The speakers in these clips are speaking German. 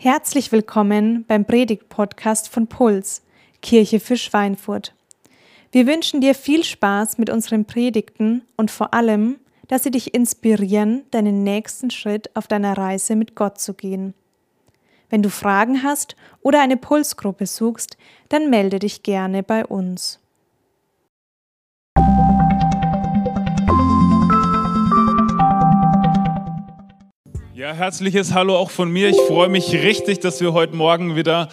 Herzlich willkommen beim Predigt-Podcast von Puls, Kirche für Schweinfurt. Wir wünschen dir viel Spaß mit unseren Predigten und vor allem, dass sie dich inspirieren, deinen nächsten Schritt auf deiner Reise mit Gott zu gehen. Wenn du Fragen hast oder eine Pulsgruppe suchst, dann melde dich gerne bei uns. Ja, herzliches Hallo auch von mir. Ich freue mich richtig, dass wir heute Morgen wieder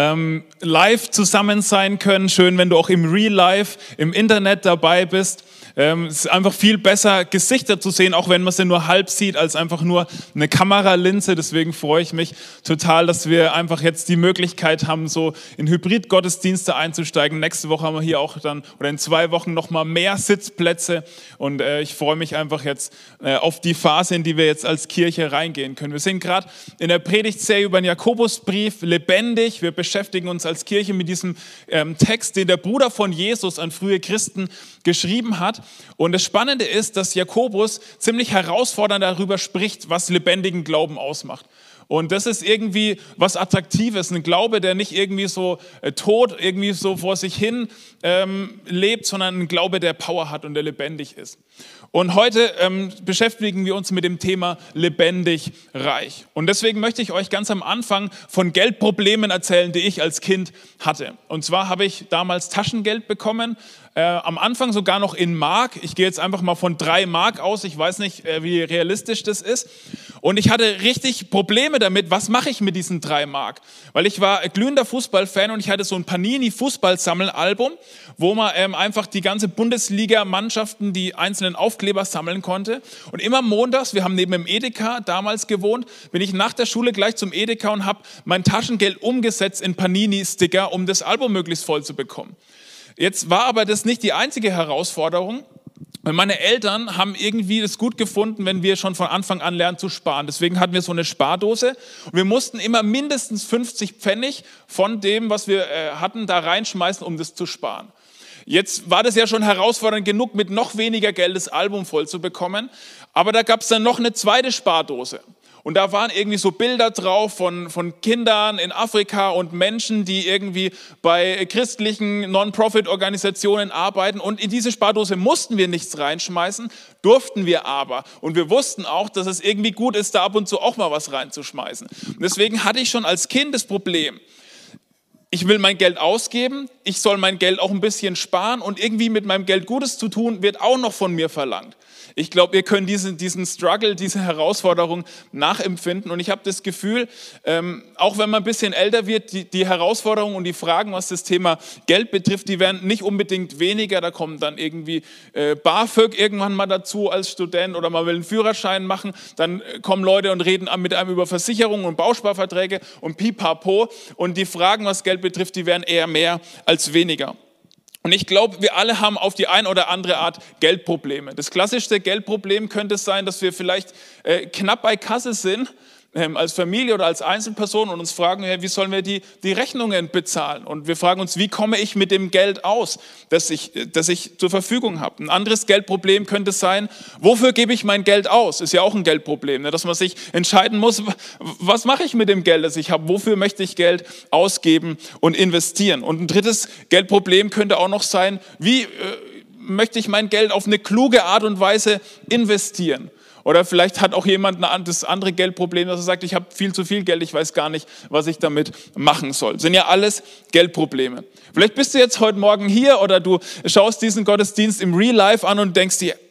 live zusammen sein können. Schön, wenn du auch im Real Life, im Internet dabei bist. Es ist einfach viel besser, Gesichter zu sehen, auch wenn man sie nur halb sieht, als einfach nur eine Kameralinse. Deswegen freue ich mich total, dass wir einfach jetzt die Möglichkeit haben, so in Hybrid-Gottesdienste einzusteigen. Nächste Woche haben wir hier auch dann, oder in 2 Wochen nochmal mehr Sitzplätze. Und ich freue mich einfach jetzt auf die Phase, in die wir jetzt als Kirche reingehen können. Wir sind gerade in der Predigtserie über den Jakobusbrief, lebendig. Wir beschäftigen uns als Kirche mit diesem Text, den der Bruder von Jesus an frühe Christen geschrieben hat. Und das Spannende ist, dass Jakobus ziemlich herausfordernd darüber spricht, was lebendigen Glauben ausmacht. Und das ist irgendwie was Attraktives, ein Glaube, der nicht irgendwie so tot, irgendwie so vor sich hin lebt, sondern ein Glaube, der Power hat und der lebendig ist. Und heute beschäftigen wir uns mit dem Thema lebendig reich. Und deswegen möchte ich euch ganz am Anfang von Geldproblemen erzählen, die ich als Kind hatte. Und zwar habe ich damals Taschengeld bekommen, am Anfang sogar noch in Mark. Ich gehe jetzt einfach mal von 3 Mark aus. Ich weiß nicht, wie realistisch das ist. Und ich hatte richtig Probleme damit, was mache ich mit diesen 3 Mark? Weil ich war glühender Fußballfan und ich hatte so ein Panini-Fußballsammelalbum, wo man einfach die ganze Bundesliga-Mannschaften, die einzelnen Aufkleber sammeln konnte. Und immer montags, wir haben neben dem Edeka damals gewohnt, bin ich nach der Schule gleich zum Edeka und habe mein Taschengeld umgesetzt in Panini-Sticker, um das Album möglichst voll zu bekommen. Jetzt war aber das nicht die einzige Herausforderung. Meine Eltern haben irgendwie das gut gefunden, wenn wir schon von Anfang an lernen zu sparen. Deswegen hatten wir so eine Spardose und wir mussten immer mindestens 50 Pfennig von dem, was wir hatten, da reinschmeißen, um das zu sparen. Jetzt war das ja schon herausfordernd genug, mit noch weniger Geld das Album voll zu bekommen. Aber da gab es dann noch eine zweite Spardose. Und da waren irgendwie so Bilder drauf von Kindern in Afrika und Menschen, die irgendwie bei christlichen Non-Profit-Organisationen arbeiten. Und in diese Spardose mussten wir nichts reinschmeißen, durften wir aber. Und wir wussten auch, dass es irgendwie gut ist, da ab und zu auch mal was reinzuschmeißen. Und deswegen hatte ich schon als Kind das Problem, ich will mein Geld ausgeben, ich soll mein Geld auch ein bisschen sparen und irgendwie mit meinem Geld Gutes zu tun, wird auch noch von mir verlangt. Ich glaube, ihr könnt diesen Struggle, diese Herausforderung nachempfinden. Und ich habe das Gefühl, auch wenn man ein bisschen älter wird, die Herausforderungen und die Fragen, was das Thema Geld betrifft, die werden nicht unbedingt weniger. Da kommt dann irgendwie BAföG irgendwann mal dazu als Student oder man will einen Führerschein machen. Dann kommen Leute und reden mit einem über Versicherungen und Bausparverträge und pipapo. Und die Fragen, was Geld betrifft, die werden eher mehr als weniger. Und ich glaube, wir alle haben auf die eine oder andere Art Geldprobleme. Das klassischste Geldproblem könnte es sein, dass wir vielleicht knapp bei Kasse sind, als Familie oder als Einzelperson und uns fragen, wie sollen wir die Rechnungen bezahlen? Und wir fragen uns, wie komme ich mit dem Geld aus, das ich zur Verfügung habe? Ein anderes Geldproblem könnte sein, wofür gebe ich mein Geld aus? Ist ja auch ein Geldproblem, dass man sich entscheiden muss, was mache ich mit dem Geld, das ich habe? Wofür möchte ich Geld ausgeben und investieren? Und ein drittes Geldproblem könnte auch noch sein, wie möchte ich mein Geld auf eine kluge Art und Weise investieren? Oder vielleicht hat auch jemand das andere Geldproblem, dass er sagt, ich habe viel zu viel Geld, ich weiß gar nicht, was ich damit machen soll. Das sind ja alles Geldprobleme. Vielleicht bist du jetzt heute Morgen hier oder du schaust diesen Gottesdienst im Real Life an und denkst dir,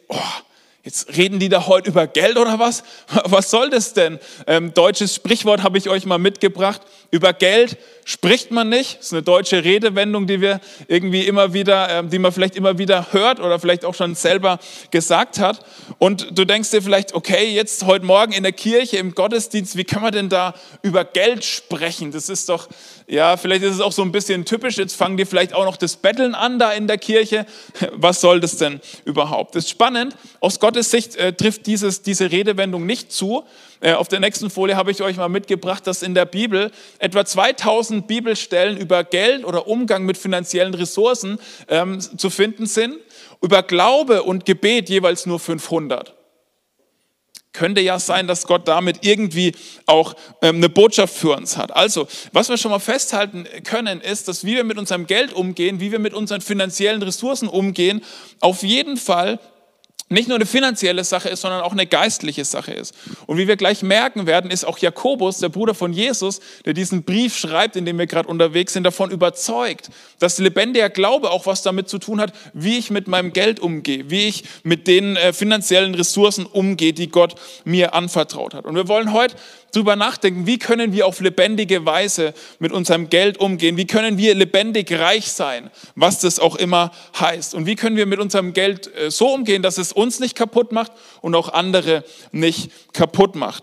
jetzt reden die da heute über Geld oder was? Was soll das denn? Deutsches Sprichwort habe ich euch mal mitgebracht. Über Geld spricht man nicht. Das ist eine deutsche Redewendung, die wir irgendwie immer wieder, die man vielleicht immer wieder hört oder vielleicht auch schon selber gesagt hat. Und du denkst dir vielleicht, okay, jetzt heute Morgen in der Kirche, im Gottesdienst, wie kann man denn da über Geld sprechen? Das ist doch, ja, vielleicht ist es auch so ein bisschen typisch. Jetzt fangen die vielleicht auch noch das Betteln an da in der Kirche. Was soll das denn überhaupt? Das ist spannend. Aus Gottes Sicht trifft diese Redewendung nicht zu. Auf der nächsten Folie habe ich euch mal mitgebracht, dass in der Bibel etwa 2000 Bibelstellen über Geld oder Umgang mit finanziellen Ressourcen zu finden sind. Über Glaube und Gebet jeweils nur 500. Könnte ja sein, dass Gott damit irgendwie auch eine Botschaft für uns hat. Also, was wir schon mal festhalten können, ist, dass wie wir mit unserem Geld umgehen, wie wir mit unseren finanziellen Ressourcen umgehen, auf jeden Fall nicht nur eine finanzielle Sache ist, sondern auch eine geistliche Sache ist. Und wie wir gleich merken werden, ist auch Jakobus, der Bruder von Jesus, der diesen Brief schreibt, in dem wir gerade unterwegs sind, davon überzeugt, dass lebendiger Glaube auch was damit zu tun hat, wie ich mit meinem Geld umgehe, wie ich mit den finanziellen Ressourcen umgehe, die Gott mir anvertraut hat. Und wir wollen heute drüber nachdenken, wie können wir auf lebendige Weise mit unserem Geld umgehen, wie können wir lebendig reich sein, was das auch immer heißt. Und wie können wir mit unserem Geld so umgehen, dass es uns nicht kaputt macht und auch andere nicht kaputt macht.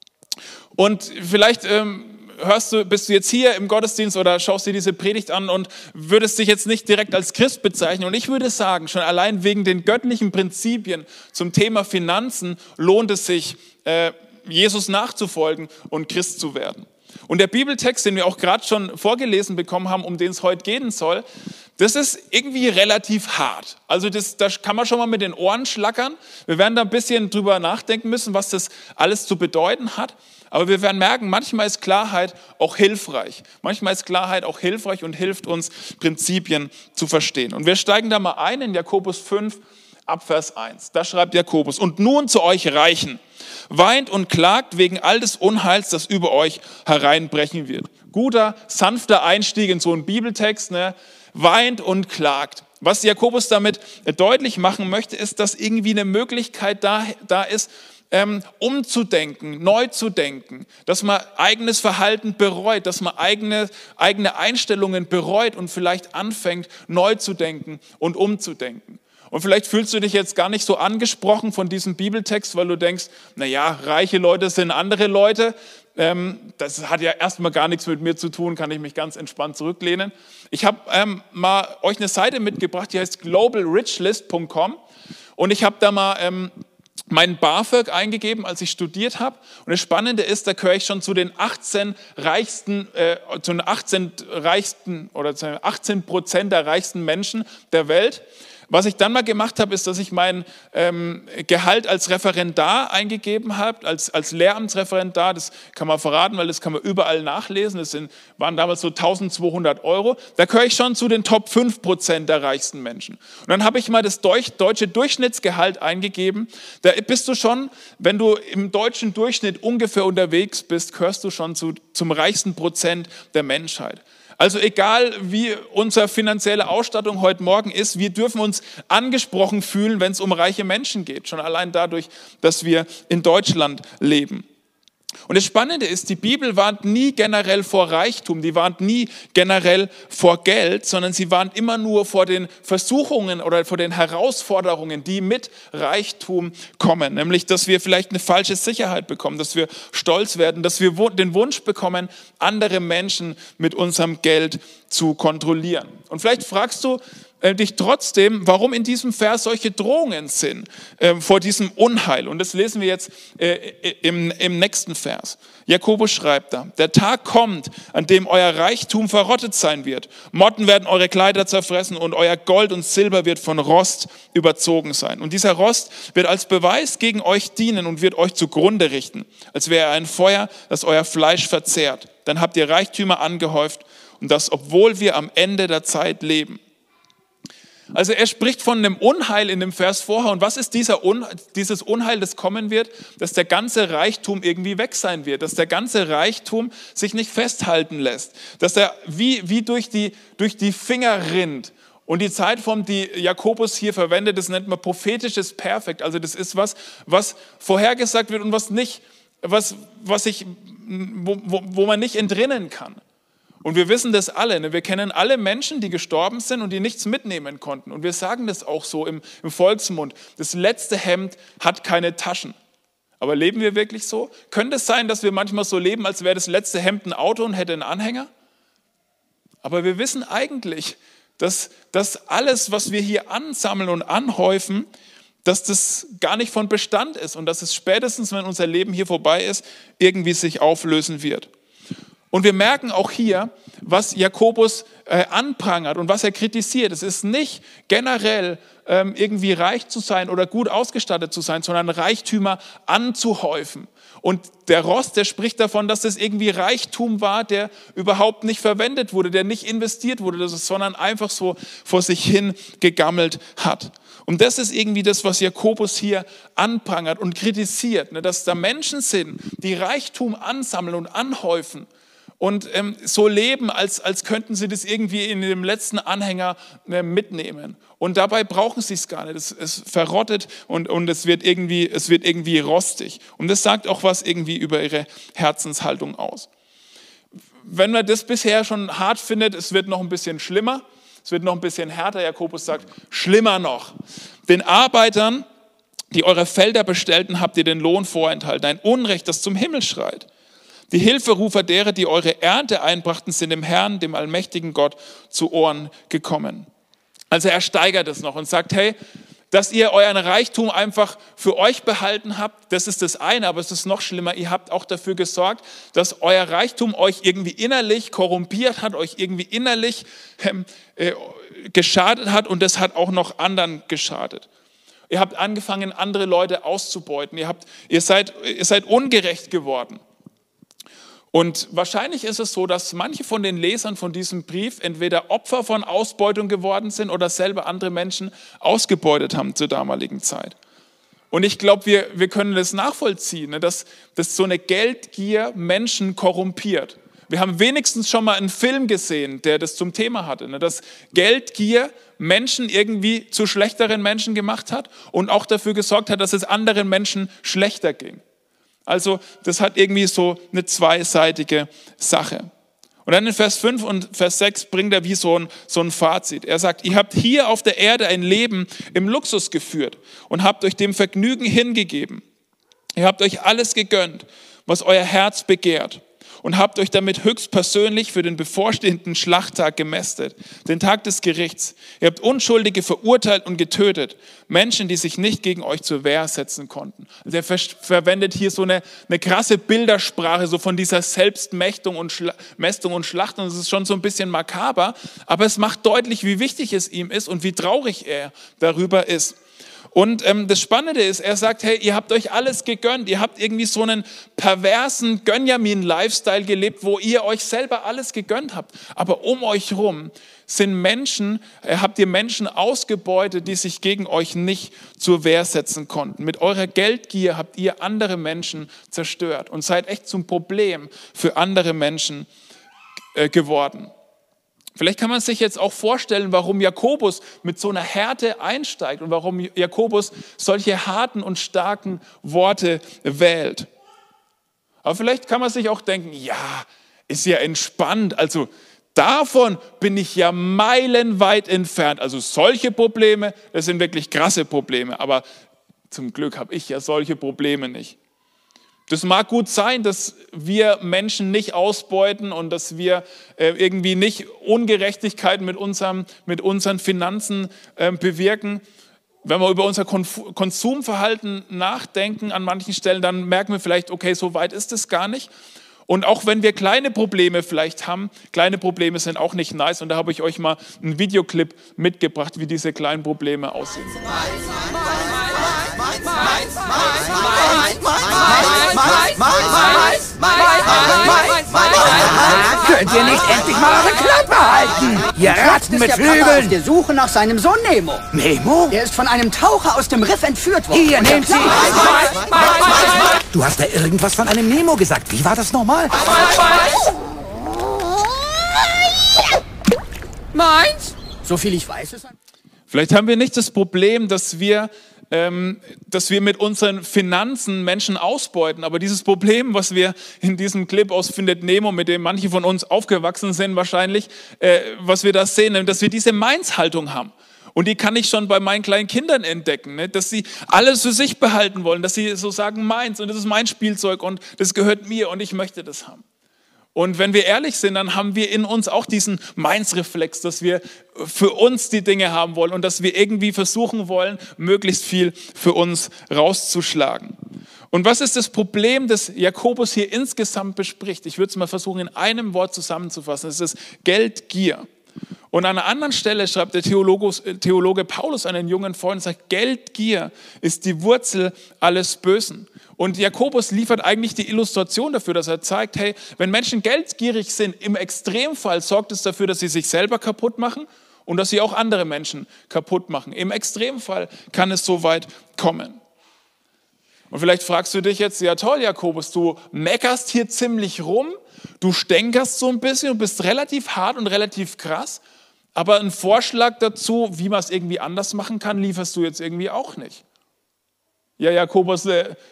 Und vielleicht bist du jetzt hier im Gottesdienst oder schaust dir diese Predigt an und würdest dich jetzt nicht direkt als Christ bezeichnen. Und ich würde sagen, schon allein wegen den göttlichen Prinzipien zum Thema Finanzen lohnt es sich, Jesus nachzufolgen und Christ zu werden. Und der Bibeltext, den wir auch gerade schon vorgelesen bekommen haben, um den es heute gehen soll, das ist irgendwie relativ hart. Also da kann man schon mal mit den Ohren schlackern. Wir werden da ein bisschen drüber nachdenken müssen, was das alles zu bedeuten hat. Aber wir werden merken, manchmal ist Klarheit auch hilfreich. Manchmal ist Klarheit auch hilfreich und hilft uns, Prinzipien zu verstehen. Und wir steigen da mal ein in Jakobus 5, ab Vers 1. Da schreibt Jakobus: Und nun zu euch Reichen, weint und klagt wegen all des Unheils, das über euch hereinbrechen wird. Guter, sanfter Einstieg in so einen Bibeltext, ne? Weint und klagt. Was Jakobus damit deutlich machen möchte, ist, dass irgendwie eine Möglichkeit da ist, umzudenken, neu zu denken, dass man eigenes Verhalten bereut, dass man eigene Einstellungen bereut und vielleicht anfängt, neu zu denken und umzudenken. Und vielleicht fühlst du dich jetzt gar nicht so angesprochen von diesem Bibeltext, weil du denkst, naja, reiche Leute sind andere Leute. Das hat ja erstmal gar nichts mit mir zu tun, kann ich mich ganz entspannt zurücklehnen. Ich habe mal euch eine Seite mitgebracht, die heißt globalrichlist.com und ich habe da mal meinen BAföG eingegeben, als ich studiert habe. Und das Spannende ist, da gehöre ich schon zu den 18% der reichsten Menschen der Welt. Was ich dann mal gemacht habe, ist, dass ich mein Gehalt als Referendar eingegeben habe, als Lehramtsreferendar. Das kann man verraten, weil das kann man überall nachlesen. Das waren damals so 1.200 €. Da gehöre ich schon zu den Top 5% der reichsten Menschen. Und dann habe ich mal das deutsche Durchschnittsgehalt eingegeben. Da bist du schon, wenn du im deutschen Durchschnitt ungefähr unterwegs bist, gehörst du schon zum reichsten Prozent der Menschheit. Also egal, wie unsere finanzielle Ausstattung heute Morgen ist, wir dürfen uns angesprochen fühlen, wenn es um reiche Menschen geht. Schon allein dadurch, dass wir in Deutschland leben. Und das Spannende ist, die Bibel warnt nie generell vor Reichtum, die warnt nie generell vor Geld, sondern sie warnt immer nur vor den Versuchungen oder vor den Herausforderungen, die mit Reichtum kommen. Nämlich, dass wir vielleicht eine falsche Sicherheit bekommen, dass wir stolz werden, dass wir den Wunsch bekommen, andere Menschen mit unserem Geld zu kontrollieren. Und vielleicht fragst du dich trotzdem, warum in diesem Vers solche Drohungen sind vor diesem Unheil. Und das lesen wir jetzt im nächsten Vers. Jakobus schreibt da: Der Tag kommt, an dem euer Reichtum verrottet sein wird. Motten werden eure Kleider zerfressen und euer Gold und Silber wird von Rost überzogen sein. Und dieser Rost wird als Beweis gegen euch dienen und wird euch zugrunde richten, als wäre er ein Feuer, das euer Fleisch verzehrt. Dann habt ihr Reichtümer angehäuft, und das, obwohl wir am Ende der Zeit leben. Also er spricht von einem Unheil in dem Vers vorher. Und was ist dieses Unheil, das kommen wird? Dass der ganze Reichtum irgendwie weg sein wird. Dass der ganze Reichtum sich nicht festhalten lässt. Dass er wie durch die Finger rinnt. Und die Zeitform, die Jakobus hier verwendet, das nennt man prophetisches Perfekt. Also das ist was vorhergesagt wird und wo man nicht entrinnen kann. Und wir wissen das alle, ne? Wir kennen alle Menschen, die gestorben sind und die nichts mitnehmen konnten. Und wir sagen das auch so im Volksmund: Das letzte Hemd hat keine Taschen. Aber leben wir wirklich so? Könnte es sein, dass wir manchmal so leben, als wäre das letzte Hemd ein Auto und hätte einen Anhänger? Aber wir wissen eigentlich, dass alles, was wir hier ansammeln und anhäufen, dass das gar nicht von Bestand ist und dass es spätestens, wenn unser Leben hier vorbei ist, irgendwie sich auflösen wird. Und wir merken auch hier, was Jakobus anprangert und was er kritisiert. Es ist nicht generell irgendwie reich zu sein oder gut ausgestattet zu sein, sondern Reichtümer anzuhäufen. Und der Ross, der spricht davon, dass das irgendwie Reichtum war, der überhaupt nicht verwendet wurde, der nicht investiert wurde, sondern einfach so vor sich hin gegammelt hat. Und das ist irgendwie das, was Jakobus hier anprangert und kritisiert, dass da Menschen sind, die Reichtum ansammeln und anhäufen und so leben, als könnten sie das irgendwie in dem letzten Anhänger mitnehmen. Und dabei brauchen sie es gar nicht. Es verrottet und es wird irgendwie rostig. Und das sagt auch was irgendwie über ihre Herzenshaltung aus. Wenn man das bisher schon hart findet, es wird noch ein bisschen schlimmer. Es wird noch ein bisschen härter. Jakobus sagt, schlimmer noch. Den Arbeitern, die eure Felder bestellten, habt ihr den Lohn vorenthalten. Ein Unrecht, das zum Himmel schreit. Die Hilferufer derer, die eure Ernte einbrachten, sind dem Herrn, dem allmächtigen Gott, zu Ohren gekommen. Also er steigert es noch und sagt, hey, dass ihr euren Reichtum einfach für euch behalten habt, das ist das eine, aber es ist noch schlimmer, ihr habt auch dafür gesorgt, dass euer Reichtum euch irgendwie innerlich korrumpiert hat, euch irgendwie innerlich geschadet hat und das hat auch noch anderen geschadet. Ihr habt angefangen, andere Leute auszubeuten, ihr seid ungerecht geworden. Und wahrscheinlich ist es so, dass manche von den Lesern von diesem Brief entweder Opfer von Ausbeutung geworden sind oder selber andere Menschen ausgebeutet haben zur damaligen Zeit. Und ich glaube, wir können das nachvollziehen, dass so eine Geldgier Menschen korrumpiert. Wir haben wenigstens schon mal einen Film gesehen, der das zum Thema hatte, dass Geldgier Menschen irgendwie zu schlechteren Menschen gemacht hat und auch dafür gesorgt hat, dass es anderen Menschen schlechter ging. Also das hat irgendwie so eine zweiseitige Sache. Und dann in Vers 5 und Vers 6 bringt er wie so ein Fazit. Er sagt, ihr habt hier auf der Erde ein Leben im Luxus geführt und habt euch dem Vergnügen hingegeben. Ihr habt euch alles gegönnt, was euer Herz begehrt. Und habt euch damit höchstpersönlich für den bevorstehenden Schlachttag gemästet, den Tag des Gerichts. Ihr habt Unschuldige verurteilt und getötet, Menschen, die sich nicht gegen euch zur Wehr setzen konnten. Also er verwendet hier so eine krasse Bildersprache, so von dieser Selbstmächtung und Mästung und Schlachtung. Das ist schon so ein bisschen makaber, aber es macht deutlich, wie wichtig es ihm ist und wie traurig er darüber ist. Und das Spannende ist, er sagt, hey, ihr habt euch alles gegönnt, ihr habt irgendwie so einen perversen Gönjamin-Lifestyle gelebt, wo ihr euch selber alles gegönnt habt. Aber um euch rum sind habt ihr Menschen ausgebeutet, die sich gegen euch nicht zur Wehr setzen konnten. Mit eurer Geldgier habt ihr andere Menschen zerstört und seid echt zum Problem für andere Menschen geworden. Vielleicht kann man sich jetzt auch vorstellen, warum Jakobus mit so einer Härte einsteigt und warum Jakobus solche harten und starken Worte wählt. Aber vielleicht kann man sich auch denken, ja, ist ja entspannt, also davon bin ich ja meilenweit entfernt. Also solche Probleme, das sind wirklich krasse Probleme, aber zum Glück habe ich ja solche Probleme nicht. Das mag gut sein, dass wir Menschen nicht ausbeuten und dass wir irgendwie nicht Ungerechtigkeiten mit unseren Finanzen bewirken. Wenn wir über unser Konsumverhalten nachdenken an manchen Stellen, dann merken wir vielleicht, okay, so weit ist es gar nicht. Und auch wenn wir kleine Probleme vielleicht haben, kleine Probleme sind auch nicht nice. Und da habe ich euch mal einen Videoclip mitgebracht, wie diese kleinen Probleme aussehen. Könnt ihr nicht endlich mal eure Klappe halten? Ihr Ratten mit Flügeln! Auf der Suche nach seinem Sohn Nemo. Nemo? Er ist von einem Taucher aus dem Riff entführt worden. Hier, nehmt sie! Du hast da irgendwas von einem Nemo gesagt. Wie war das nochmal? Meins? Soviel ich weiß, ist ein... Vielleicht haben wir nicht das Problem, dass wir mit unseren Finanzen Menschen ausbeuten. Aber dieses Problem, was wir in diesem Clip aus Findet Nemo, mit dem manche von uns aufgewachsen sind wahrscheinlich, was wir da sehen, dass wir diese Mainz-Haltung haben. Und die kann ich schon bei meinen kleinen Kindern entdecken, ne? Dass sie alles für sich behalten wollen, dass sie so sagen, meins und das ist mein Spielzeug und das gehört mir und ich möchte das haben. Und wenn wir ehrlich sind, dann haben wir in uns auch diesen Meins-Reflex, dass wir für uns die Dinge haben wollen und dass wir irgendwie versuchen wollen, möglichst viel für uns rauszuschlagen. Und was ist das Problem, das Jakobus hier insgesamt bespricht? Ich würde es mal versuchen, in einem Wort zusammenzufassen. Es ist Geldgier. Und an einer anderen Stelle schreibt der Theologe Paulus an den jungen Freund und sagt, Geldgier ist die Wurzel alles Bösen. Und Jakobus liefert eigentlich die Illustration dafür, dass er zeigt, hey, wenn Menschen geldgierig sind, im Extremfall sorgt es dafür, dass sie sich selber kaputt machen und dass sie auch andere Menschen kaputt machen. Im Extremfall kann es so weit kommen. Und vielleicht fragst du dich jetzt, ja toll, Jakobus, du meckerst hier ziemlich rum, du stänkerst so ein bisschen, du bist relativ hart und relativ krass, aber einen Vorschlag dazu, wie man es irgendwie anders machen kann, lieferst du jetzt irgendwie auch nicht. Ja, Jakobus,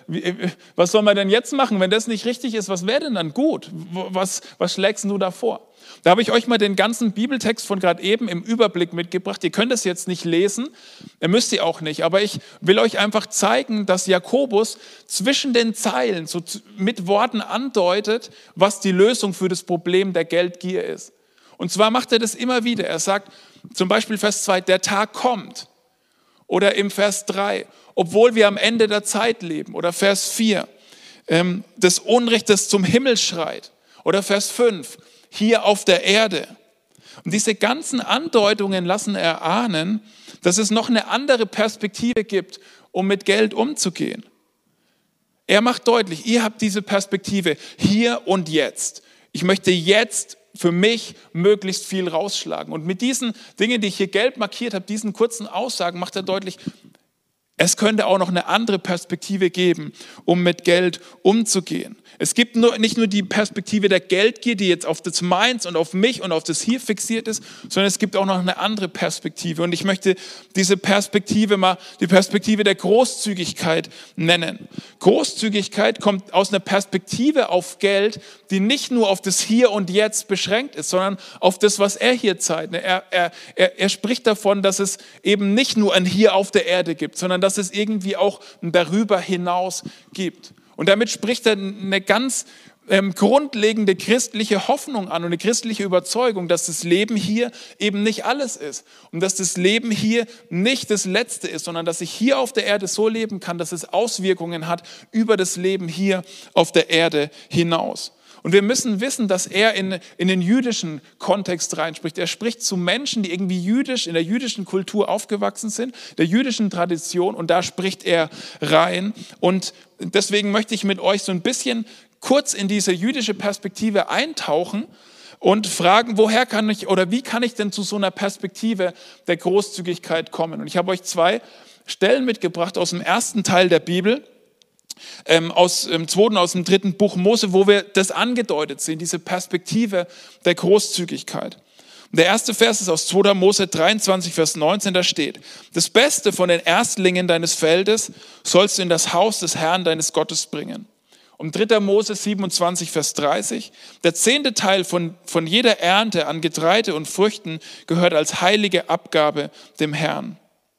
was soll man denn jetzt machen? Wenn das nicht richtig ist, was wäre denn dann gut? Was schlägst du da vor? Da habe ich euch mal den ganzen Bibeltext von gerade eben im Überblick mitgebracht. Ihr könnt es jetzt nicht lesen, ihr müsst ihr auch nicht, aber ich will euch einfach zeigen, dass Jakobus zwischen den Zeilen so mit Worten andeutet, was die Lösung für das Problem der Geldgier ist. Und zwar macht er das immer wieder. Er sagt zum Beispiel Vers 2, der Tag kommt. Oder im Vers 3, obwohl wir am Ende der Zeit leben. Oder Vers 4, das Unrecht, das zum Himmel schreit. Oder Vers 5, hier auf der Erde. Und diese ganzen Andeutungen lassen erahnen, dass es noch eine andere Perspektive gibt, um mit Geld umzugehen. Er macht deutlich, ihr habt diese Perspektive hier und jetzt. Ich möchte jetzt für mich möglichst viel rausschlagen. Und mit diesen Dingen, die ich hier gelb markiert habe, diesen kurzen Aussagen, macht er deutlich, es könnte auch noch eine andere Perspektive geben, um mit Geld umzugehen. Es gibt nicht nur die Perspektive der Geldgier, die jetzt auf das Meins und auf mich und auf das Hier fixiert ist, sondern es gibt auch noch eine andere Perspektive. Und ich möchte diese Perspektive mal die Perspektive der Großzügigkeit nennen. Großzügigkeit kommt aus einer Perspektive auf Geld, die nicht nur auf das Hier und Jetzt beschränkt ist, sondern auf das, was er hier zeigt. Er spricht davon, dass es eben nicht nur ein Hier auf der Erde gibt, sondern dass es irgendwie auch ein darüber hinaus gibt. Und damit spricht er eine ganz grundlegende christliche Hoffnung an und eine christliche Überzeugung, dass das Leben hier eben nicht alles ist und dass das Leben hier nicht das Letzte ist, sondern dass ich hier auf der Erde so leben kann, dass es Auswirkungen hat über das Leben hier auf der Erde hinaus. Und wir müssen wissen, dass er in den jüdischen Kontext reinspricht. Er spricht zu Menschen, die irgendwie jüdisch, in der jüdischen Kultur aufgewachsen sind, der jüdischen Tradition, und da spricht er rein. Und deswegen möchte ich mit euch so ein bisschen kurz in diese jüdische Perspektive eintauchen und fragen, woher kann ich oder wie kann ich denn zu so einer Perspektive der Großzügigkeit kommen? Und ich habe euch 2 Stellen mitgebracht aus dem ersten Teil der Bibel, aus dem 2., aus dem 3. Buch Mose, wo wir das angedeutet sehen, diese Perspektive der Großzügigkeit. Und der erste Vers ist aus 2. Mose 23, Vers 19, da steht: Das Beste von den Erstlingen deines Feldes sollst du in das Haus des Herrn deines Gottes bringen. Und 3. Mose 27, Vers 30, der 10. Teil von jeder Ernte an Getreide und Früchten gehört als heilige Abgabe dem Herrn.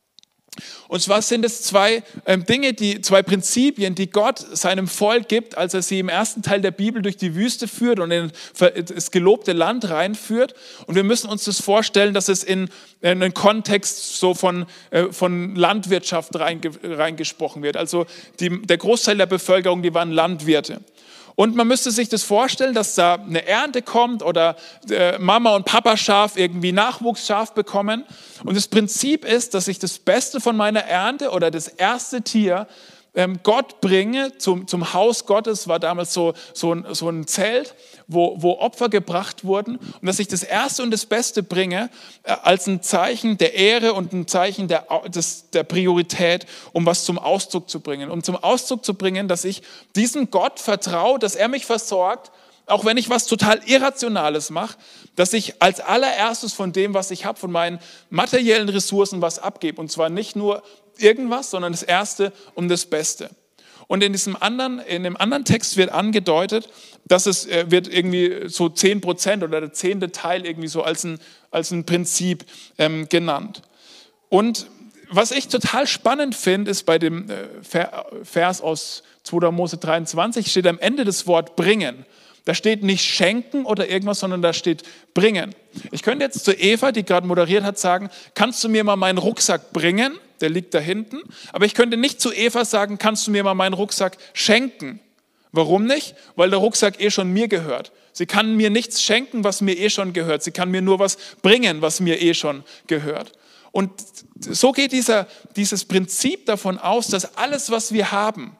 Und zwar sind es 2 Dinge, 2 Prinzipien, die Gott seinem Volk gibt, als er sie im ersten Teil der Bibel durch die Wüste führt und in das gelobte Land reinführt. Und wir müssen uns das vorstellen, dass es in einen Kontext so von Landwirtschaft reingesprochen wird. Also der Großteil der Bevölkerung, die waren Landwirte. Und man müsste sich das vorstellen, dass da eine Ernte kommt oder Mama und Papa Schaf irgendwie Nachwuchsschaf bekommen. Und das Prinzip ist, dass ich das Beste von meiner Ernte oder das erste Tier Gott bringe, zum Haus Gottes, war damals so ein Zelt, wo Opfer gebracht wurden, und dass ich das Erste und das Beste bringe als ein Zeichen der Ehre und ein Zeichen der Priorität, um was zum Ausdruck zu bringen. Um zum Ausdruck zu bringen, dass ich diesem Gott vertraue, dass er mich versorgt, auch wenn ich was total Irrationales mache, dass ich als allererstes von dem, was ich habe, von meinen materiellen Ressourcen was abgebe. Und zwar nicht nur irgendwas, sondern das Erste und das Beste. Und in dem anderen Text wird angedeutet, dass es wird irgendwie so 10% oder der 10. Teil irgendwie so als ein Prinzip genannt. Und was ich total spannend finde, ist bei dem Vers aus 2. Mose 23 steht am Ende das Wort bringen. Da steht nicht schenken oder irgendwas, sondern da steht bringen. Ich könnte jetzt zu Eva, die gerade moderiert hat, sagen, kannst du mir mal meinen Rucksack bringen? Der liegt da hinten. Aber ich könnte nicht zu Eva sagen, kannst du mir mal meinen Rucksack schenken? Warum nicht? Weil der Rucksack schon mir gehört. Sie kann mir nichts schenken, was mir schon gehört. Sie kann mir nur was bringen, was mir schon gehört. Und so geht dieses Prinzip davon aus, dass alles, was wir haben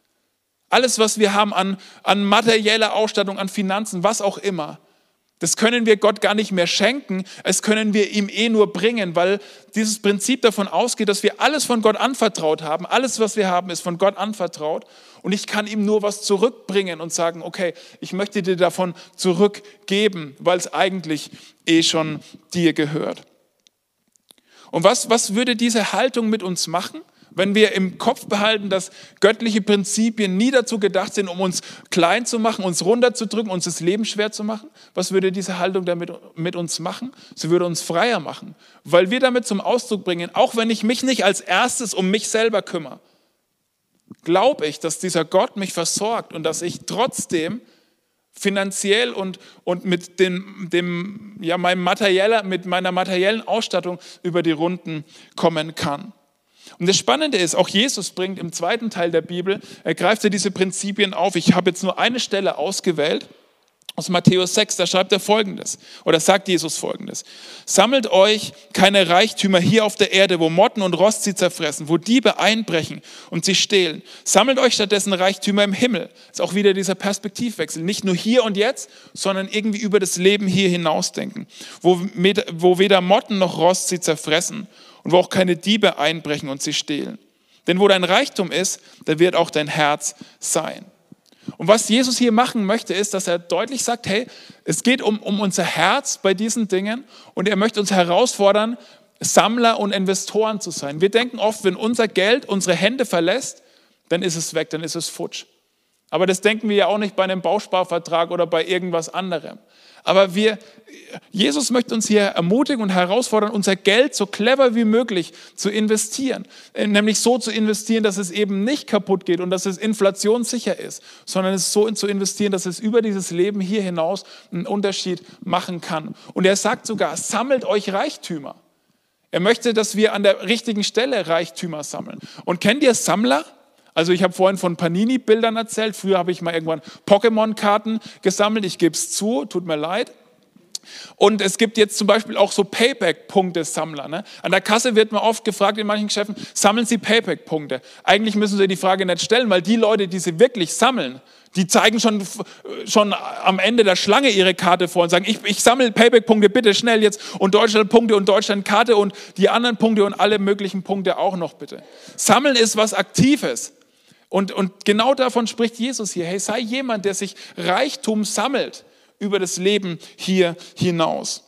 an materieller Ausstattung, an Finanzen, was auch immer, das können wir Gott gar nicht mehr schenken, es können wir ihm nur bringen, weil dieses Prinzip davon ausgeht, dass wir alles von Gott anvertraut haben. Alles, was wir haben, ist von Gott anvertraut und ich kann ihm nur was zurückbringen und sagen, okay, ich möchte dir davon zurückgeben, weil es eigentlich schon dir gehört. Und was würde diese Haltung mit uns machen? Wenn wir im Kopf behalten, dass göttliche Prinzipien nie dazu gedacht sind, um uns klein zu machen, uns runterzudrücken, uns das Leben schwer zu machen, was würde diese Haltung damit mit uns machen? Sie würde uns freier machen, weil wir damit zum Ausdruck bringen, auch wenn ich mich nicht als erstes um mich selber kümmere, glaube ich, dass dieser Gott mich versorgt und dass ich trotzdem finanziell und mit meiner materiellen Ausstattung über die Runden kommen kann. Und das Spannende ist, auch Jesus bringt im zweiten Teil der Bibel, er greift ja diese Prinzipien auf. Ich habe jetzt nur eine Stelle ausgewählt, aus Matthäus 6, da schreibt er Folgendes, oder sagt Jesus Folgendes. Sammelt euch keine Reichtümer hier auf der Erde, wo Motten und Rost sie zerfressen, wo Diebe einbrechen und sie stehlen. Sammelt euch stattdessen Reichtümer im Himmel. Das ist auch wieder dieser Perspektivwechsel. Nicht nur hier und jetzt, sondern irgendwie über das Leben hier hinausdenken, wo weder Motten noch Rost sie zerfressen und wo auch keine Diebe einbrechen und sie stehlen. Denn wo dein Reichtum ist, da wird auch dein Herz sein. Und was Jesus hier machen möchte, ist, dass er deutlich sagt, hey, es geht um unser Herz bei diesen Dingen und er möchte uns herausfordern, Sammler und Investoren zu sein. Wir denken oft, wenn unser Geld unsere Hände verlässt, dann ist es weg, dann ist es futsch. Aber das denken wir ja auch nicht bei einem Bausparvertrag oder bei irgendwas anderem. Aber Jesus möchte uns hier ermutigen und herausfordern, unser Geld so clever wie möglich zu investieren. Nämlich so zu investieren, dass es eben nicht kaputt geht und dass es inflationssicher ist, sondern es so zu investieren, dass es über dieses Leben hier hinaus einen Unterschied machen kann. Und er sagt sogar, sammelt euch Reichtümer. Er möchte, dass wir an der richtigen Stelle Reichtümer sammeln. Und kennt ihr Sammler? Also ich habe vorhin von Panini-Bildern erzählt. Früher habe ich mal irgendwann Pokémon-Karten gesammelt. Ich gebe es zu, tut mir leid. Und es gibt jetzt zum Beispiel auch so Payback-Punkte-Sammler. Ne? An der Kasse wird man oft gefragt in manchen Geschäften, sammeln Sie Payback-Punkte? Eigentlich müssen Sie die Frage nicht stellen, weil die Leute, die sie wirklich sammeln, die zeigen schon am Ende der Schlange ihre Karte vor und sagen, ich sammle Payback-Punkte, bitte schnell jetzt und Deutschland-Punkte und Deutschland-Karte und die anderen Punkte und alle möglichen Punkte auch noch bitte. Sammeln ist was Aktives. Und genau davon spricht Jesus hier. Hey, sei jemand, der sich Reichtum sammelt über das Leben hier hinaus.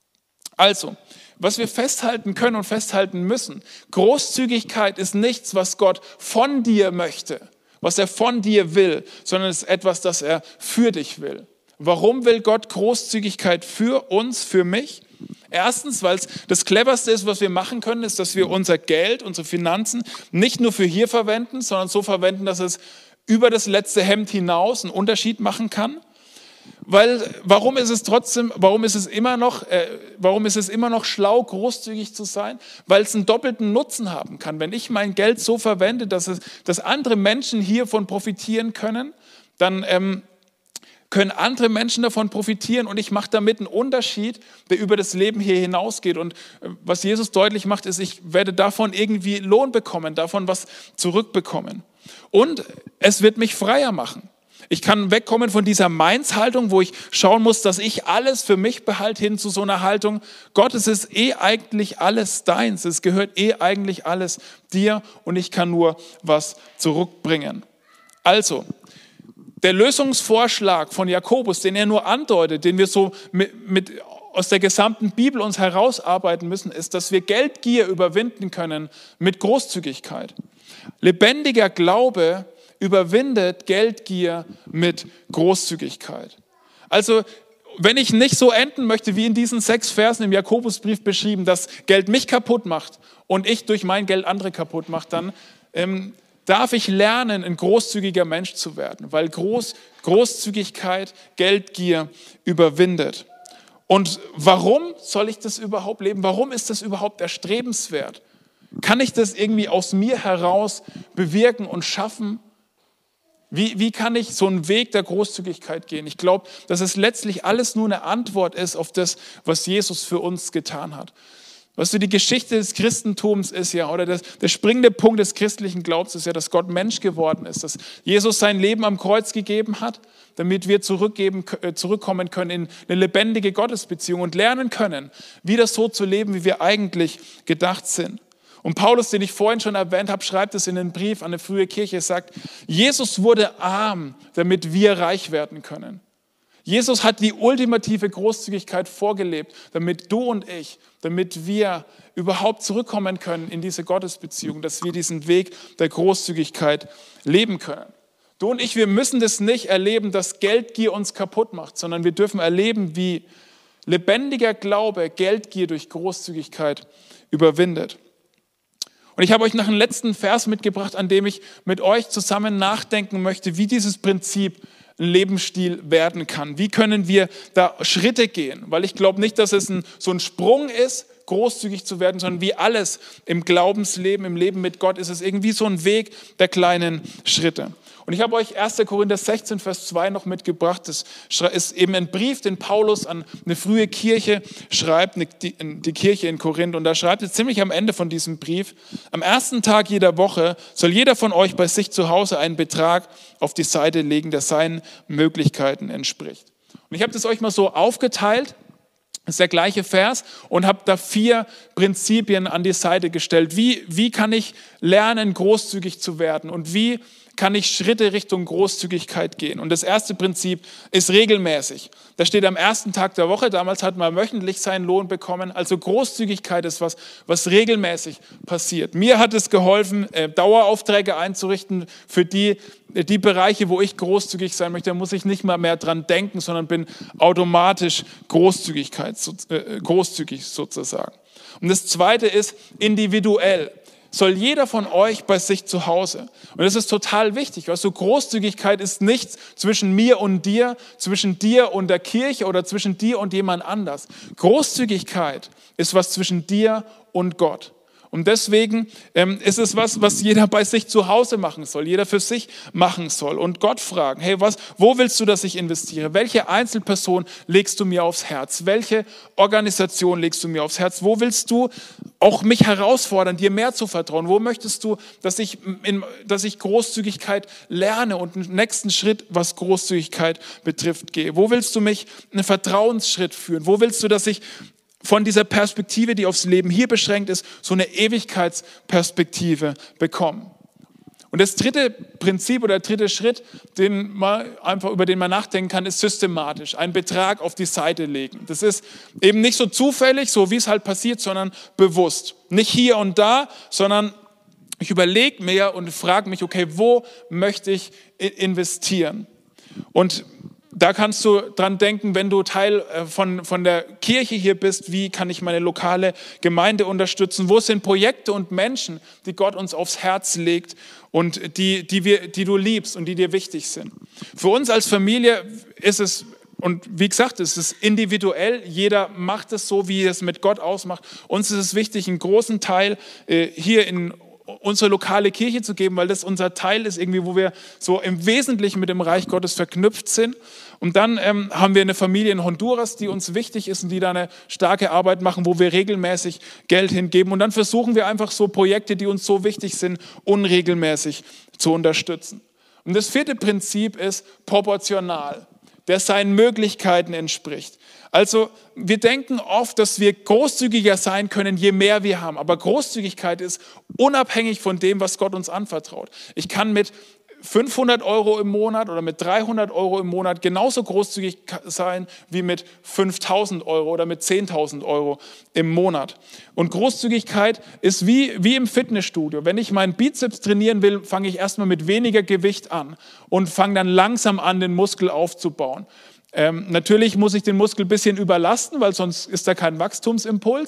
Also, was wir festhalten können und festhalten müssen, Großzügigkeit ist nichts, was Gott von dir möchte, was er von dir will, sondern es ist etwas, das er für dich will. Warum will Gott Großzügigkeit für uns, für mich? Erstens, weil es das Cleverste ist, was wir machen können, ist, dass wir unser Geld, unsere Finanzen nicht nur für hier verwenden, sondern so verwenden, dass es über das letzte Hemd hinaus einen Unterschied machen kann. Warum ist es immer noch schlau, großzügig zu sein? Weil es einen doppelten Nutzen haben kann. Wenn ich mein Geld so verwende, dass andere Menschen hiervon profitieren können, dann können andere Menschen davon profitieren und ich mache damit einen Unterschied, der über das Leben hier hinausgeht. Und was Jesus deutlich macht, ist, ich werde davon irgendwie Lohn bekommen, davon was zurückbekommen. Und es wird mich freier machen. Ich kann wegkommen von dieser Meins-Haltung, wo ich schauen muss, dass ich alles für mich behalte, hin zu so einer Haltung, Gott, es ist eigentlich alles deins, es gehört eigentlich alles dir und ich kann nur was zurückbringen. Also, der Lösungsvorschlag von Jakobus, den er nur andeutet, den wir so aus der gesamten Bibel uns herausarbeiten müssen, ist, dass wir Geldgier überwinden können mit Großzügigkeit. Lebendiger Glaube überwindet Geldgier mit Großzügigkeit. Also, wenn ich nicht so enden möchte, wie in diesen 6 Versen im Jakobusbrief beschrieben, dass Geld mich kaputt macht und ich durch mein Geld andere kaputt mache, dann darf ich lernen, ein großzügiger Mensch zu werden, weil Großzügigkeit Geldgier überwindet. Und warum soll ich das überhaupt leben? Warum ist das überhaupt erstrebenswert? Kann ich das irgendwie aus mir heraus bewirken und schaffen? Wie kann ich so einen Weg der Großzügigkeit gehen? Ich glaube, dass es letztlich alles nur eine Antwort ist auf das, was Jesus für uns getan hat. Was so die Geschichte des Christentums ist ja, oder der springende Punkt des christlichen Glaubens ist ja, dass Gott Mensch geworden ist, dass Jesus sein Leben am Kreuz gegeben hat, damit wir zurückkommen können in eine lebendige Gottesbeziehung und lernen können, wieder so zu leben, wie wir eigentlich gedacht sind. Und Paulus, den ich vorhin schon erwähnt habe, schreibt es in den Brief an eine frühe Kirche, er sagt, Jesus wurde arm, damit wir reich werden können. Jesus hat die ultimative Großzügigkeit vorgelebt, damit du und ich, damit wir überhaupt zurückkommen können in diese Gottesbeziehung, dass wir diesen Weg der Großzügigkeit leben können. Du und ich, wir müssen das nicht erleben, dass Geldgier uns kaputt macht, sondern wir dürfen erleben, wie lebendiger Glaube Geldgier durch Großzügigkeit überwindet. Und ich habe euch noch einen letzten Vers mitgebracht, an dem ich mit euch zusammen nachdenken möchte, wie dieses Prinzip ein Lebensstil werden kann. Wie können wir da Schritte gehen? Weil ich glaube nicht, dass es so ein Sprung ist, großzügig zu werden, sondern wie alles im Glaubensleben, im Leben mit Gott, ist es irgendwie so ein Weg der kleinen Schritte. Und ich habe euch 1. Korinther 16, Vers 2 noch mitgebracht. Das ist eben ein Brief, den Paulus an eine frühe Kirche schreibt, die Kirche in Korinth. Und da schreibt er ziemlich am Ende von diesem Brief, am ersten Tag jeder Woche soll jeder von euch bei sich zu Hause einen Betrag auf die Seite legen, der seinen Möglichkeiten entspricht. Und ich habe das euch mal so aufgeteilt. Das ist der gleiche Vers und habe da 4 Prinzipien an die Seite gestellt. Wie kann ich lernen, großzügig zu werden und wie kann ich Schritte Richtung Großzügigkeit gehen? Und das erste Prinzip ist regelmäßig. Da steht am ersten Tag der Woche, damals hat man wöchentlich seinen Lohn bekommen. Also Großzügigkeit ist was regelmäßig passiert. Mir hat es geholfen, Daueraufträge einzurichten für die Bereiche, wo ich großzügig sein möchte. Da muss ich nicht mal mehr dran denken, sondern bin automatisch großzügig sozusagen. Und das zweite ist individuell. Soll jeder von euch bei sich zu Hause. Und das ist total wichtig. Also Großzügigkeit ist nichts zwischen mir und dir, zwischen dir und der Kirche oder zwischen dir und jemand anders. Großzügigkeit ist was zwischen dir und Gott. Und deswegen ist es was jeder bei sich zu Hause machen soll, jeder für sich machen soll und Gott fragen, hey, wo willst du, dass ich investiere? Welche Einzelperson legst du mir aufs Herz? Welche Organisation legst du mir aufs Herz? Wo willst du auch mich herausfordern, dir mehr zu vertrauen? Wo möchtest du, dass ich Großzügigkeit lerne und einen nächsten Schritt, was Großzügigkeit betrifft, gehe? Wo willst du mich einen Vertrauensschritt führen? Wo willst du, dass ich von dieser Perspektive, die aufs Leben hier beschränkt ist, so eine Ewigkeitsperspektive bekommen? Und das dritte Prinzip oder der dritte Schritt, über den man nachdenken kann, ist systematisch. Einen Betrag auf die Seite legen. Das ist eben nicht so zufällig, so wie es halt passiert, sondern bewusst. Nicht hier und da, sondern ich überlege mir und frage mich, okay, wo möchte ich investieren? Und da kannst du dran denken, wenn du Teil von der Kirche hier bist, wie kann ich meine lokale Gemeinde unterstützen? Wo sind Projekte und Menschen, die Gott uns aufs Herz legt und die du liebst und die dir wichtig sind? Für uns als Familie ist es, und wie gesagt, es ist individuell, jeder macht es so, wie er es mit Gott ausmacht. Uns ist es wichtig, einen großen Teil hier in unsere lokale Kirche zu geben, weil das unser Teil ist, irgendwie, wo wir so im Wesentlichen mit dem Reich Gottes verknüpft sind. Und dann haben wir eine Familie in Honduras, die uns wichtig ist und die da eine starke Arbeit machen, wo wir regelmäßig Geld hingeben. Und dann versuchen wir einfach so Projekte, die uns so wichtig sind, unregelmäßig zu unterstützen. Und das vierte Prinzip ist proportional, der seinen Möglichkeiten entspricht. Also wir denken oft, dass wir großzügiger sein können, je mehr wir haben. Aber Großzügigkeit ist unabhängig von dem, was Gott uns anvertraut. Ich kann mit 500 € im Monat oder mit 300 € im Monat genauso großzügig sein wie mit 5.000 € oder mit 10.000 € im Monat. Und Großzügigkeit ist wie im Fitnessstudio. Wenn ich meinen Bizeps trainieren will, fange ich erstmal mit weniger Gewicht an und fange dann langsam an, den Muskel aufzubauen. Natürlich muss ich den Muskel ein bisschen überlasten, weil sonst ist da kein Wachstumsimpuls.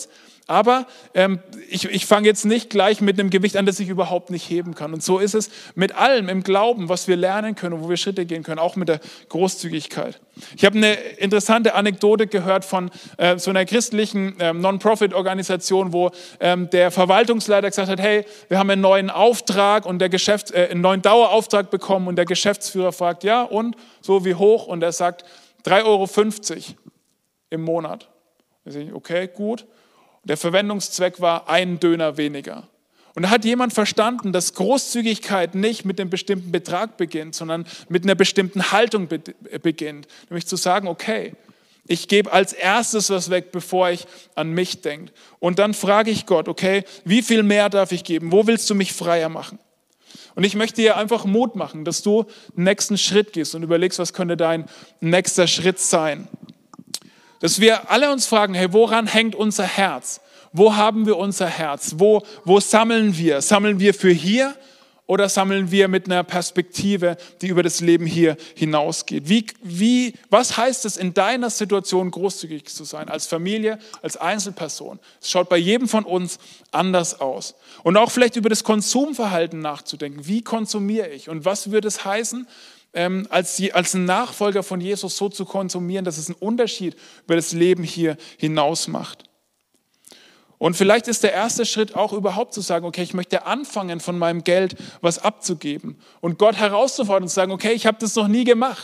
Aber ich fange jetzt nicht gleich mit einem Gewicht an, das ich überhaupt nicht heben kann. Und so ist es mit allem im Glauben, was wir lernen können und wo wir Schritte gehen können, auch mit der Großzügigkeit. Ich habe eine interessante Anekdote gehört von so einer christlichen Non-Profit-Organisation, wo der Verwaltungsleiter gesagt hat, hey, wir haben einen neuen Auftrag und einen neuen Dauerauftrag bekommen und der Geschäftsführer fragt, ja und, so wie hoch? Und er sagt, 3,50 € im Monat. Okay, gut. Der Verwendungszweck war ein Döner weniger. Und da hat jemand verstanden, dass Großzügigkeit nicht mit einem bestimmten Betrag beginnt, sondern mit einer bestimmten Haltung beginnt. Nämlich zu sagen, okay, ich gebe als erstes was weg, bevor ich an mich denke. Und dann frage ich Gott, okay, wie viel mehr darf ich geben? Wo willst du mich freier machen? Und ich möchte dir einfach Mut machen, dass du den nächsten Schritt gehst und überlegst, was könnte dein nächster Schritt sein. Dass wir alle uns fragen, hey, woran hängt unser Herz? Wo haben wir unser Herz? Wo sammeln wir? Sammeln wir für hier oder sammeln wir mit einer Perspektive, die über das Leben hier hinausgeht? Was heißt es in deiner Situation, großzügig zu sein? Als Familie, als Einzelperson. Es schaut bei jedem von uns anders aus. Und auch vielleicht über das Konsumverhalten nachzudenken. Wie konsumiere ich? Und was würde es heißen, als ein Nachfolger von Jesus so zu konsumieren, dass es einen Unterschied über das Leben hier hinaus macht. Und vielleicht ist der erste Schritt auch überhaupt zu sagen, okay, ich möchte anfangen, von meinem Geld was abzugeben und Gott herauszufordern und zu sagen, okay, ich habe das noch nie gemacht.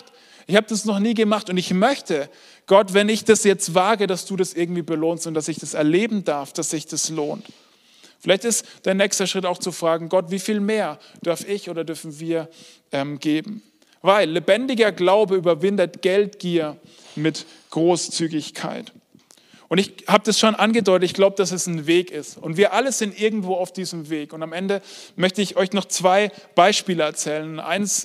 Und ich möchte, Gott, wenn ich das jetzt wage, dass du das irgendwie belohnst und dass ich das erleben darf, dass sich das lohnt. Vielleicht ist der nächste Schritt auch zu fragen, Gott, wie viel mehr darf ich oder dürfen wir geben? Weil lebendiger Glaube überwindet Geldgier mit Großzügigkeit. Und ich habe das schon angedeutet, ich glaube, dass es ein Weg ist. Und wir alle sind irgendwo auf diesem Weg. Und am Ende möchte ich euch noch 2 Beispiele erzählen.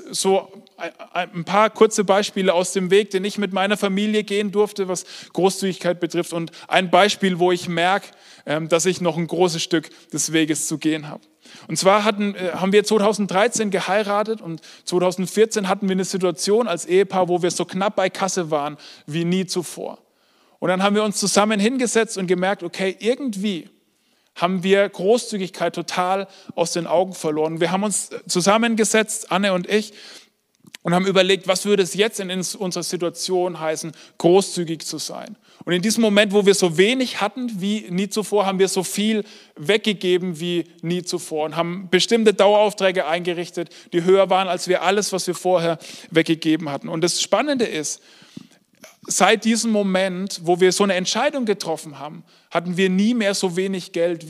Ein paar kurze Beispiele aus dem Weg, den ich mit meiner Familie gehen durfte, was Großzügigkeit betrifft. Und ein Beispiel, wo ich merke, dass ich noch ein großes Stück des Weges zu gehen habe. Und zwar haben wir 2013 geheiratet und 2014 hatten wir eine Situation als Ehepaar, wo wir so knapp bei Kasse waren wie nie zuvor. Und dann haben wir uns zusammen hingesetzt und gemerkt, okay, irgendwie haben wir Großzügigkeit total aus den Augen verloren. Wir haben uns zusammengesetzt, Anne und ich, und haben überlegt, was würde es jetzt in unserer Situation heißen, großzügig zu sein. Und in diesem Moment, wo wir so wenig hatten wie nie zuvor, haben wir so viel weggegeben wie nie zuvor und haben bestimmte Daueraufträge eingerichtet, die höher waren als wir alles, was wir vorher weggegeben hatten. Und das Spannende ist, seit diesem Moment, wo wir so eine Entscheidung getroffen haben, hatten wir nie mehr so wenig Geld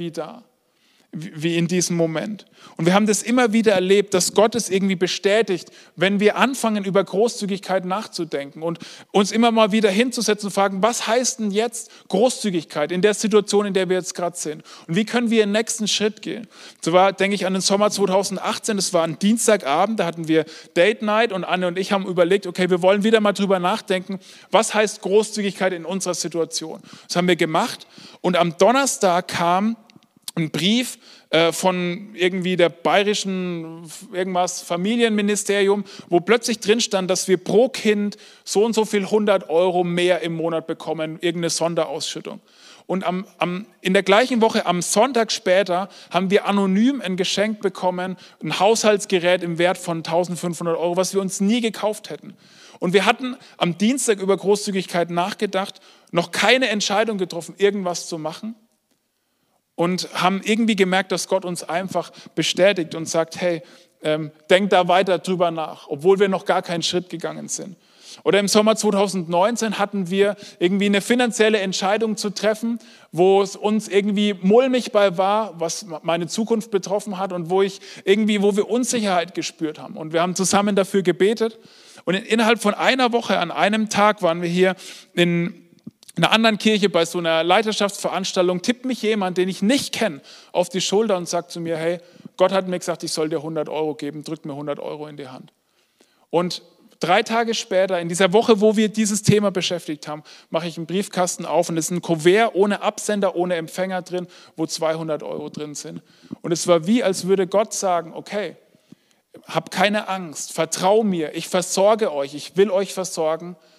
wie in diesem Moment. Und wir haben das immer wieder erlebt, dass Gott es irgendwie bestätigt, wenn wir anfangen, über Großzügigkeit nachzudenken und uns immer mal wieder hinzusetzen und fragen, was heißt denn jetzt Großzügigkeit in der Situation, in der wir jetzt gerade sind? Und wie können wir den nächsten Schritt gehen? So denke ich an den Sommer 2018, das war ein Dienstagabend, da hatten wir Date Night und Anne und ich haben überlegt, okay, wir wollen wieder mal drüber nachdenken, was heißt Großzügigkeit in unserer Situation? Das haben wir gemacht und am Donnerstag kam ein Brief von irgendwie der bayerischen Familienministerium, wo plötzlich drin stand, dass wir pro Kind so und so viel 100 € mehr im Monat bekommen, irgendeine Sonderausschüttung. Und in der gleichen Woche, am Sonntag später, haben wir anonym ein Geschenk bekommen, ein Haushaltsgerät im Wert von 1.500 €, was wir uns nie gekauft hätten. Und wir hatten am Dienstag über Großzügigkeit nachgedacht, noch keine Entscheidung getroffen, irgendwas zu machen. Und haben irgendwie gemerkt, dass Gott uns einfach bestätigt und sagt, hey, denk da weiter drüber nach, obwohl wir noch gar keinen Schritt gegangen sind. Oder im Sommer 2019 hatten wir irgendwie eine finanzielle Entscheidung zu treffen, wo es uns irgendwie mulmig bei war, was meine Zukunft betroffen hat und wo wir Unsicherheit gespürt haben. Und wir haben zusammen dafür gebetet. Und innerhalb von einer Woche, an einem Tag, waren wir hier in einer anderen Kirche bei so einer Leiterschaftsveranstaltung, tippt mich jemand, den ich nicht kenne, auf die Schulter und sagt zu mir, hey, Gott hat mir gesagt, ich soll dir 100 € geben, drückt mir 100 € in die Hand. Und 3 Tage später, in dieser Woche, wo wir dieses Thema beschäftigt haben, mache ich einen Briefkasten auf und es ist ein Kuvert ohne Absender, ohne Empfänger drin, wo 200 € drin sind. Und es war wie, als würde Gott sagen, okay, hab keine Angst, vertrau mir, ich versorge euch, ich will euch versorgen.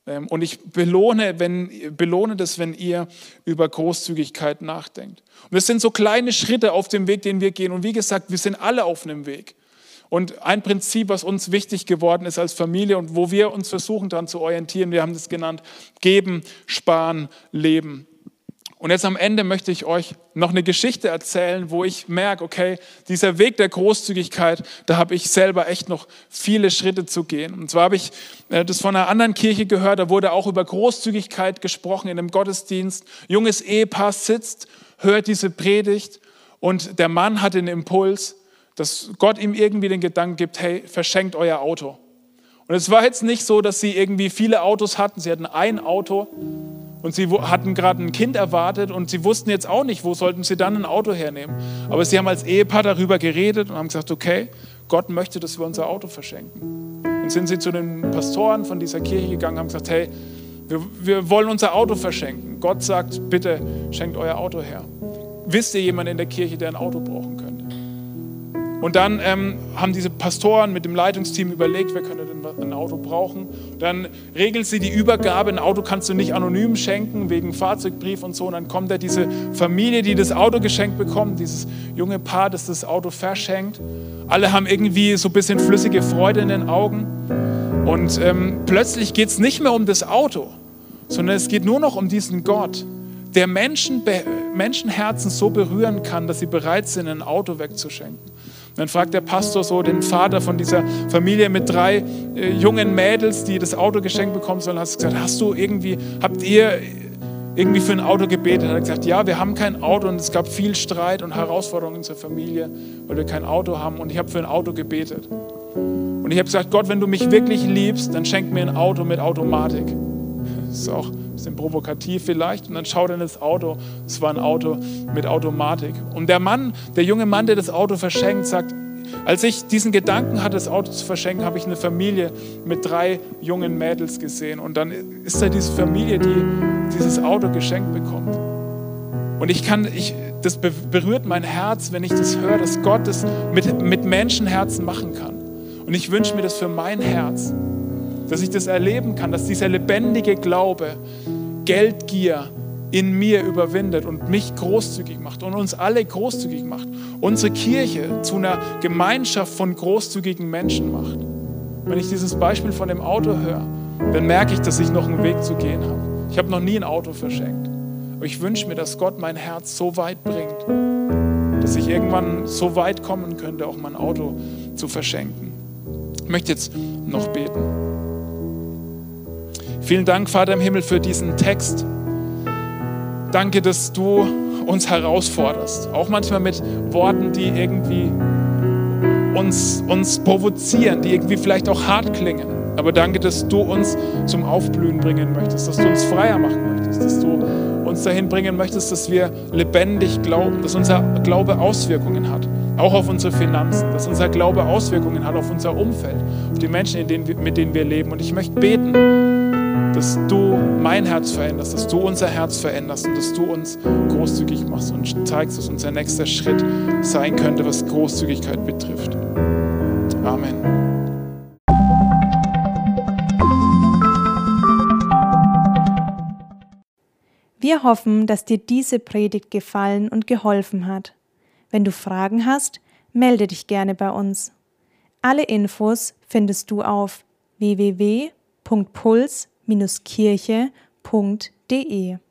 Und ich belohne das, wenn ihr über Großzügigkeit nachdenkt. Und es sind so kleine Schritte auf dem Weg, den wir gehen. Und wie gesagt, wir sind alle auf einem Weg. Und ein Prinzip, was uns wichtig geworden ist als Familie und wo wir uns versuchen daran zu orientieren, wir haben das genannt, geben, sparen, leben. Und jetzt am Ende möchte ich euch noch eine Geschichte erzählen, wo ich merke, okay, dieser Weg der Großzügigkeit, da habe ich selber echt noch viele Schritte zu gehen. Und zwar habe ich das von einer anderen Kirche gehört, da wurde auch über Großzügigkeit gesprochen in einem Gottesdienst. Junges Ehepaar sitzt, hört diese Predigt und der Mann hat den Impuls, dass Gott ihm irgendwie den Gedanken gibt, hey, verschenkt euer Auto. Und es war jetzt nicht so, dass sie irgendwie viele Autos hatten, sie hatten ein Auto. Und sie hatten gerade ein Kind erwartet und sie wussten jetzt auch nicht, wo sollten sie dann ein Auto hernehmen. Aber sie haben als Ehepaar darüber geredet und haben gesagt, okay, Gott möchte, dass wir unser Auto verschenken. Dann sind sie zu den Pastoren von dieser Kirche gegangen und haben gesagt, hey, wir wollen unser Auto verschenken. Gott sagt, bitte schenkt euer Auto her. Wisst ihr jemanden in der Kirche, der ein Auto brauchen könnte? Und dann haben diese Pastoren mit dem Leitungsteam überlegt, wer könnte denn ein Auto brauchen. Dann regeln sie die Übergabe. Ein Auto kannst du nicht anonym schenken, wegen Fahrzeugbrief und so. Und dann kommt da diese Familie, die das Auto geschenkt bekommt, dieses junge Paar, das das Auto verschenkt. Alle haben irgendwie so ein bisschen flüssige Freude in den Augen. Und plötzlich geht es nicht mehr um das Auto, sondern es geht nur noch um diesen Gott, der Menschenherzen so berühren kann, dass sie bereit sind, ein Auto wegzuschenken. Und dann fragt der Pastor so den Vater von dieser Familie mit 3 jungen Mädels, die das Auto geschenkt bekommen sollen, hat gesagt, habt ihr irgendwie für ein Auto gebetet? Er hat gesagt, ja, wir haben kein Auto und es gab viel Streit und Herausforderungen in unserer Familie, weil wir kein Auto haben und ich habe für ein Auto gebetet. Und ich habe gesagt, Gott, wenn du mich wirklich liebst, dann schenk mir ein Auto mit Automatik. Das ist auch ein bisschen provokativ vielleicht. Und dann schaut er in das Auto, es war ein Auto mit Automatik. Und der junge Mann, der das Auto verschenkt, sagt, als ich diesen Gedanken hatte, das Auto zu verschenken, habe ich eine Familie mit 3 jungen Mädels gesehen. Und dann ist da diese Familie, die dieses Auto geschenkt bekommt. Und das berührt mein Herz, wenn ich das höre, dass Gott das mit Menschenherzen machen kann. Und ich wünsche mir das für mein Herz, dass ich das erleben kann, dass dieser lebendige Glaube Geldgier in mir überwindet und mich großzügig macht und uns alle großzügig macht. Unsere Kirche zu einer Gemeinschaft von großzügigen Menschen macht. Wenn ich dieses Beispiel von dem Auto höre, dann merke ich, dass ich noch einen Weg zu gehen habe. Ich habe noch nie ein Auto verschenkt. Aber ich wünsche mir, dass Gott mein Herz so weit bringt, dass ich irgendwann so weit kommen könnte, auch mein Auto zu verschenken. Ich möchte jetzt noch beten. Vielen Dank, Vater im Himmel, für diesen Text. Danke, dass du uns herausforderst. Auch manchmal mit Worten, die irgendwie uns provozieren, die irgendwie vielleicht auch hart klingen. Aber danke, dass du uns zum Aufblühen bringen möchtest, dass du uns freier machen möchtest, dass du uns dahin bringen möchtest, dass wir lebendig glauben, dass unser Glaube Auswirkungen hat, auch auf unsere Finanzen, dass unser Glaube Auswirkungen hat auf unser Umfeld, auf die Menschen, mit denen wir leben. Und ich möchte beten, dass du mein Herz veränderst, dass du unser Herz veränderst und dass du uns großzügig machst und zeigst, dass unser nächster Schritt sein könnte, was Großzügigkeit betrifft. Amen. Wir hoffen, dass dir diese Predigt gefallen und geholfen hat. Wenn du Fragen hast, melde dich gerne bei uns. Alle Infos findest du auf www.puls-kirche.de.